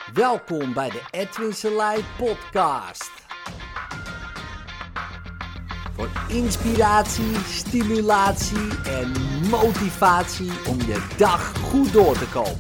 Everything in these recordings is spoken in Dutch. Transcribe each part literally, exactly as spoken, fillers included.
Welkom bij de Edwin Selei podcast. Voor inspiratie, stimulatie en motivatie om je dag goed door te komen.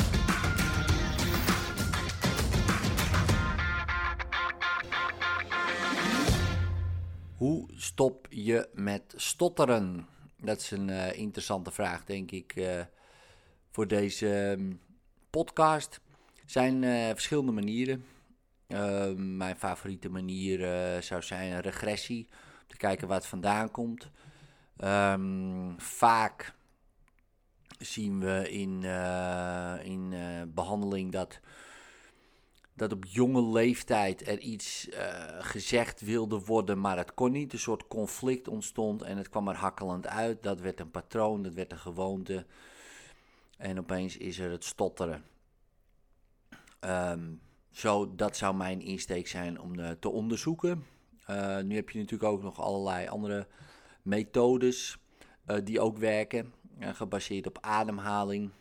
Hoe stop je met stotteren? Dat is een uh, interessante vraag, denk ik, uh, voor deze uh, podcast. Er zijn uh, verschillende manieren. Uh, mijn favoriete manier uh, zou zijn een regressie. Om te kijken waar het vandaan komt. Um, vaak zien we in, uh, in uh, behandeling dat, dat op jonge leeftijd er iets uh, gezegd wilde worden, maar het kon niet. Een soort conflict ontstond en het kwam er hakkelend uit. Dat werd een patroon, dat werd een gewoonte. En opeens is er het stotteren. Um, zo, dat zou mijn insteek zijn om uh, te onderzoeken. Uh, nu heb je natuurlijk ook nog allerlei andere methodes uh, die ook werken, uh, gebaseerd op ademhaling.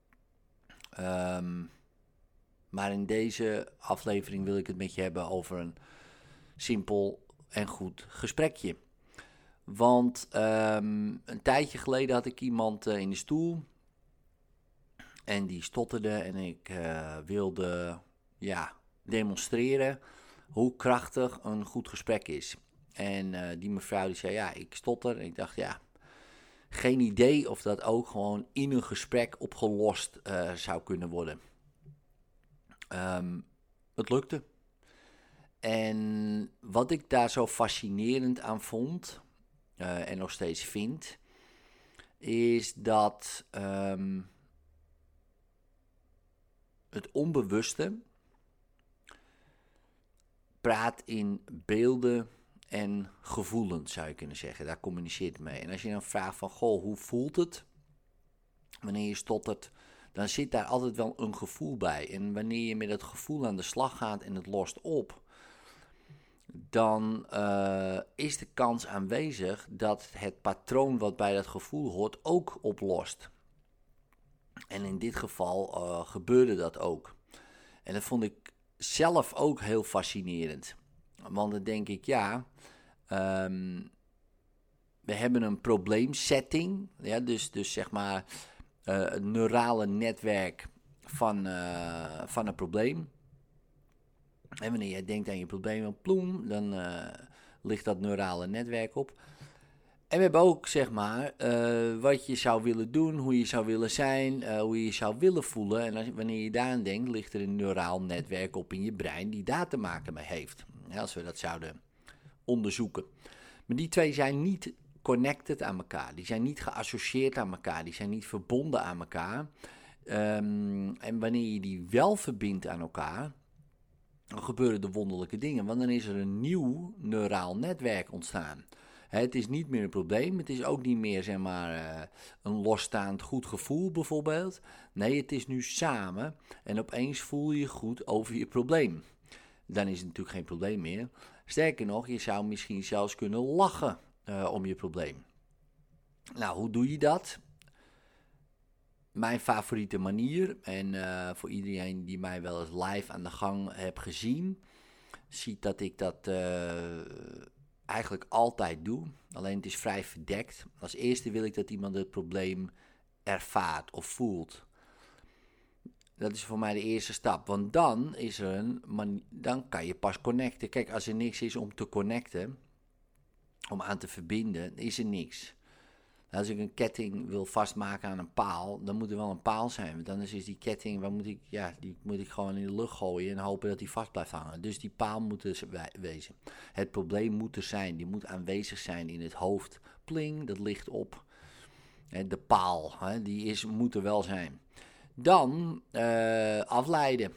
Um, maar in deze aflevering wil ik het met je hebben over een simpel en goed gesprekje. Want um, een tijdje geleden had ik iemand uh, in de stoel. En die stotterde en ik uh, wilde ja, demonstreren hoe krachtig een goed gesprek is. En uh, die mevrouw die zei, ja, ik stotter. En ik dacht, ja, geen idee of dat ook gewoon in een gesprek opgelost uh, zou kunnen worden. Um, het lukte. En wat ik daar zo fascinerend aan vond, uh, en nog steeds vind, is dat Um, het onbewuste praat in beelden en gevoelens, zou je kunnen zeggen. Daar communiceert het mee. En als je dan vraagt van, goh, hoe voelt het wanneer je stottert, dan zit daar altijd wel een gevoel bij. En wanneer je met het gevoel aan de slag gaat en het lost op, dan uh, is de kans aanwezig dat het patroon wat bij dat gevoel hoort ook oplost. En in dit geval uh, gebeurde dat ook. En dat vond ik zelf ook heel fascinerend. Want dan denk ik, ja, um, we hebben een probleemsetting. Ja, dus, dus zeg maar uh, een neurale netwerk van, uh, van een probleem. En wanneer jij denkt aan je probleem, dan ploem, dan uh, ligt dat neurale netwerk op. En we hebben ook, zeg maar, uh, wat je zou willen doen, hoe je zou willen zijn, uh, hoe je je zou willen voelen. En als, wanneer je daaraan denkt, ligt er een neuraal netwerk op in je brein die daar te maken mee heeft. Ja, als we dat zouden onderzoeken. Maar die twee zijn niet connected aan elkaar. Die zijn niet geassocieerd aan elkaar. Die zijn niet verbonden aan elkaar. Um, en wanneer je die wel verbindt aan elkaar, dan gebeuren er wonderlijke dingen. Want dan is er een nieuw neuraal netwerk ontstaan. Het is niet meer een probleem, het is ook niet meer, zeg maar, uh, een losstaand goed gevoel bijvoorbeeld. Nee, het is nu samen en opeens voel je je goed over je probleem. Dan is het natuurlijk geen probleem meer. Sterker nog, je zou misschien zelfs kunnen lachen uh, om je probleem. Nou, hoe doe je dat? Mijn favoriete manier, en uh, voor iedereen die mij wel eens live aan de gang heeft gezien, ziet dat ik dat Uh, eigenlijk altijd doe, alleen het is vrij verdekt. Als eerste wil ik dat iemand het probleem ervaart of voelt. Dat is voor mij de eerste stap, want dan is er een man- dan kan je pas connecten. Kijk, als er niks is om te connecten, om aan te verbinden, is er niks. Als ik een ketting wil vastmaken aan een paal, dan moet er wel een paal zijn. Want anders is die ketting, waar moet ik, ja, die moet ik gewoon in de lucht gooien en hopen dat die vast blijft hangen. Dus die paal moet er wezen. Het probleem moet er zijn, die moet aanwezig zijn in het hoofd. Pling, dat ligt op. De paal, die is, moet er wel zijn. Dan uh, afleiden.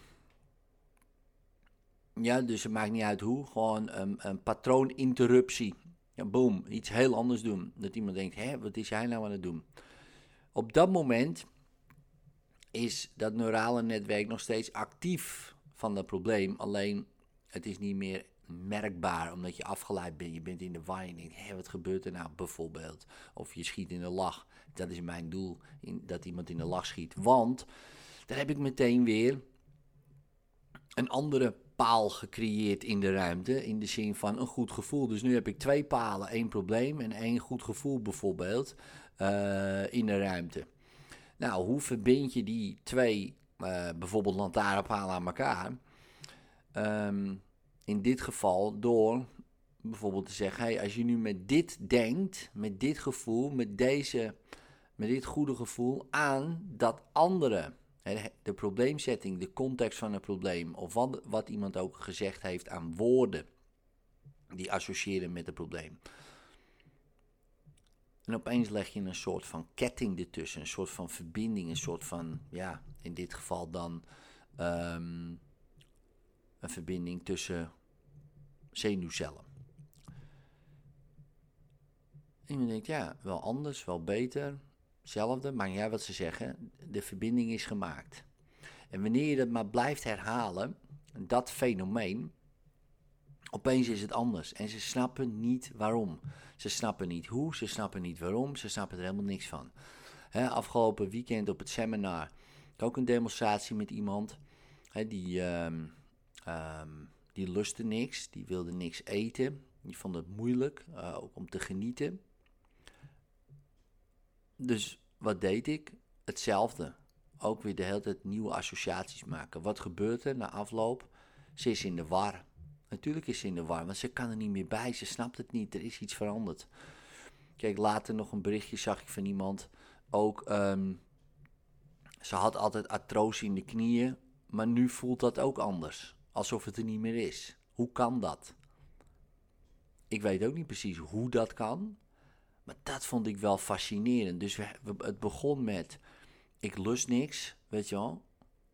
Ja, dus het maakt niet uit hoe, gewoon een, een patrooninterruptie. Ja, boom, iets heel anders doen. Dat iemand denkt, hé, wat is hij nou aan het doen? Op dat moment is dat neurale netwerk nog steeds actief van dat probleem. Alleen, het is niet meer merkbaar, omdat je afgeleid bent. Je bent in de war en je denkt, hé, wat gebeurt er nou bijvoorbeeld? Of je schiet in de lach. Dat is mijn doel, in, dat iemand in de lach schiet. Want, dan heb ik meteen weer een andere paal gecreëerd in de ruimte, in de zin van een goed gevoel. Dus nu heb ik twee palen, één probleem en één goed gevoel bijvoorbeeld uh, in de ruimte. Nou, hoe verbind je die twee, uh, bijvoorbeeld lantaarnpalen aan elkaar? Um, in dit geval door bijvoorbeeld te zeggen, hey, als je nu met dit denkt, met dit gevoel, met deze, met dit goede gevoel aan dat andere, de probleemsetting, de context van het probleem, of wat, wat iemand ook gezegd heeft aan woorden die associëren met het probleem. En opeens leg je een soort van ketting ertussen, een soort van verbinding, een soort van, ja, in dit geval dan um, een verbinding tussen zenuwcellen. En je denkt, ja, wel anders, wel beter, hetzelfde, maar ja, wat ze zeggen, de verbinding is gemaakt. En wanneer je dat maar blijft herhalen, dat fenomeen, opeens is het anders. En ze snappen niet waarom. Ze snappen niet hoe, ze snappen niet waarom, ze snappen er helemaal niks van. He, afgelopen weekend op het seminar, ik ook een demonstratie met iemand, he, die, um, um, die lustte niks, die wilde niks eten, die vond het moeilijk, uh, ook om te genieten. Dus wat deed ik? Hetzelfde. Ook weer de hele tijd nieuwe associaties maken. Wat gebeurt er na afloop? Ze is in de war. Natuurlijk is ze in de war, want ze kan er niet meer bij. Ze snapt het niet, er is iets veranderd. Kijk, later nog een berichtje zag ik van iemand. Ook, um, ze had altijd artrose in de knieën, maar nu voelt dat ook anders. Alsof het er niet meer is. Hoe kan dat? Ik weet ook niet precies hoe dat kan. Maar dat vond ik wel fascinerend. Dus we, we, het begon met, ik lust niks, weet je wel.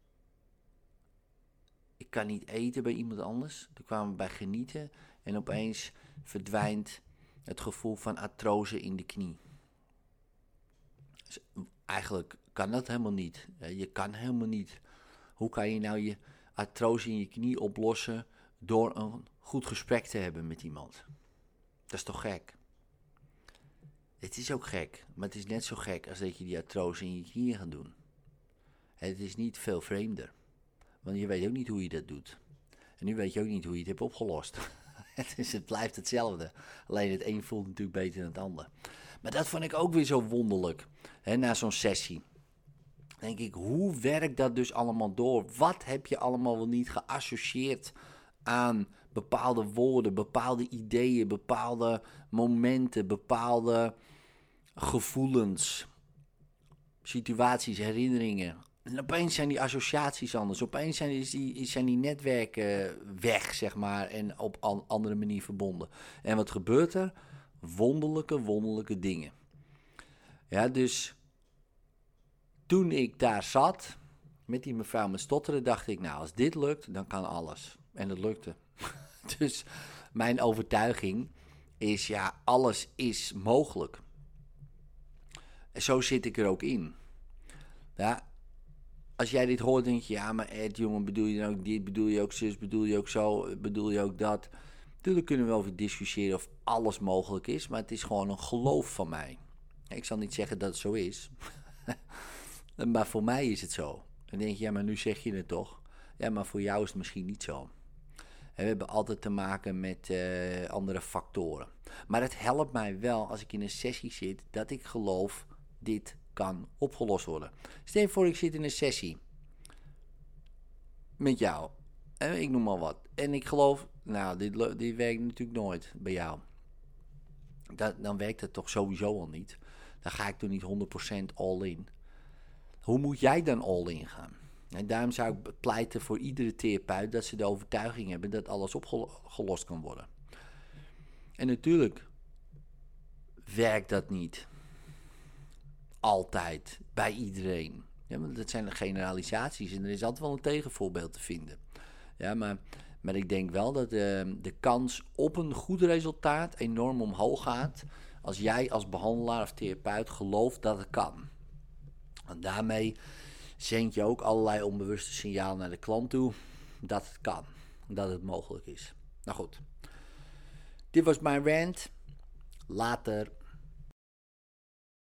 Ik kan niet eten bij iemand anders. Toen kwamen we bij genieten. En opeens verdwijnt het gevoel van artrose in de knie. Dus eigenlijk kan dat helemaal niet. Je kan helemaal niet. Hoe kan je nou je artrose in je knie oplossen door een goed gesprek te hebben met iemand? Dat is toch gek? Het is ook gek, maar het is net zo gek als dat je die artrose in je knieën gaat doen. Het is niet veel vreemder, want je weet ook niet hoe je dat doet. En nu weet je ook niet hoe je het hebt opgelost. Dus het blijft hetzelfde, alleen het een voelt natuurlijk beter dan het ander. Maar dat vond ik ook weer zo wonderlijk, hè, na zo'n sessie. Denk ik, hoe werkt dat dus allemaal door? Wat heb je allemaal wel niet geassocieerd aan bepaalde woorden, bepaalde ideeën, bepaalde momenten, bepaalde gevoelens, situaties, herinneringen. En opeens zijn die associaties anders. Opeens zijn die, zijn die netwerken weg, zeg maar, en op een andere manier verbonden. En wat gebeurt er? Wonderlijke, wonderlijke dingen. Ja, dus toen ik daar zat, met die mevrouw met stotteren, dacht ik, nou, als dit lukt, dan kan alles. En dat lukte. Dus mijn overtuiging is, ja, alles is mogelijk. En zo zit ik er ook in. Ja, als jij dit hoort, denk je, ja, maar Ed, jongen, bedoel je dan ook dit, bedoel je ook zus, bedoel je ook zo, bedoel je ook dat? Natuurlijk kunnen we wel over discussiëren of alles mogelijk is, maar het is gewoon een geloof van mij. Ik zal niet zeggen dat het zo is, maar voor mij is het zo. Dan denk je, ja, maar nu zeg je het toch? Ja, maar voor jou is het misschien niet zo. En we hebben altijd te maken met uh, andere factoren. Maar het helpt mij wel als ik in een sessie zit, dat ik geloof, dit kan opgelost worden. Stel je voor, ik zit in een sessie met jou. En ik noem maar wat. En ik geloof, nou, dit, dit werkt natuurlijk nooit bij jou. Dat, dan werkt het toch sowieso al niet. Dan ga ik toch niet honderd procent all in. Hoe moet jij dan all in gaan? En daarom zou ik pleiten voor iedere therapeut dat ze de overtuiging hebben dat alles opgelost kan worden. En natuurlijk werkt dat niet altijd bij iedereen. Ja, want dat zijn de generalisaties en er is altijd wel een tegenvoorbeeld te vinden. Ja, maar, maar ik denk wel dat de, de kans op een goed resultaat enorm omhoog gaat als jij als behandelaar of therapeut gelooft dat het kan. En daarmee zend je ook allerlei onbewuste signalen naar de klant toe dat het kan, dat het mogelijk is. Nou goed, dit was mijn rant. Later.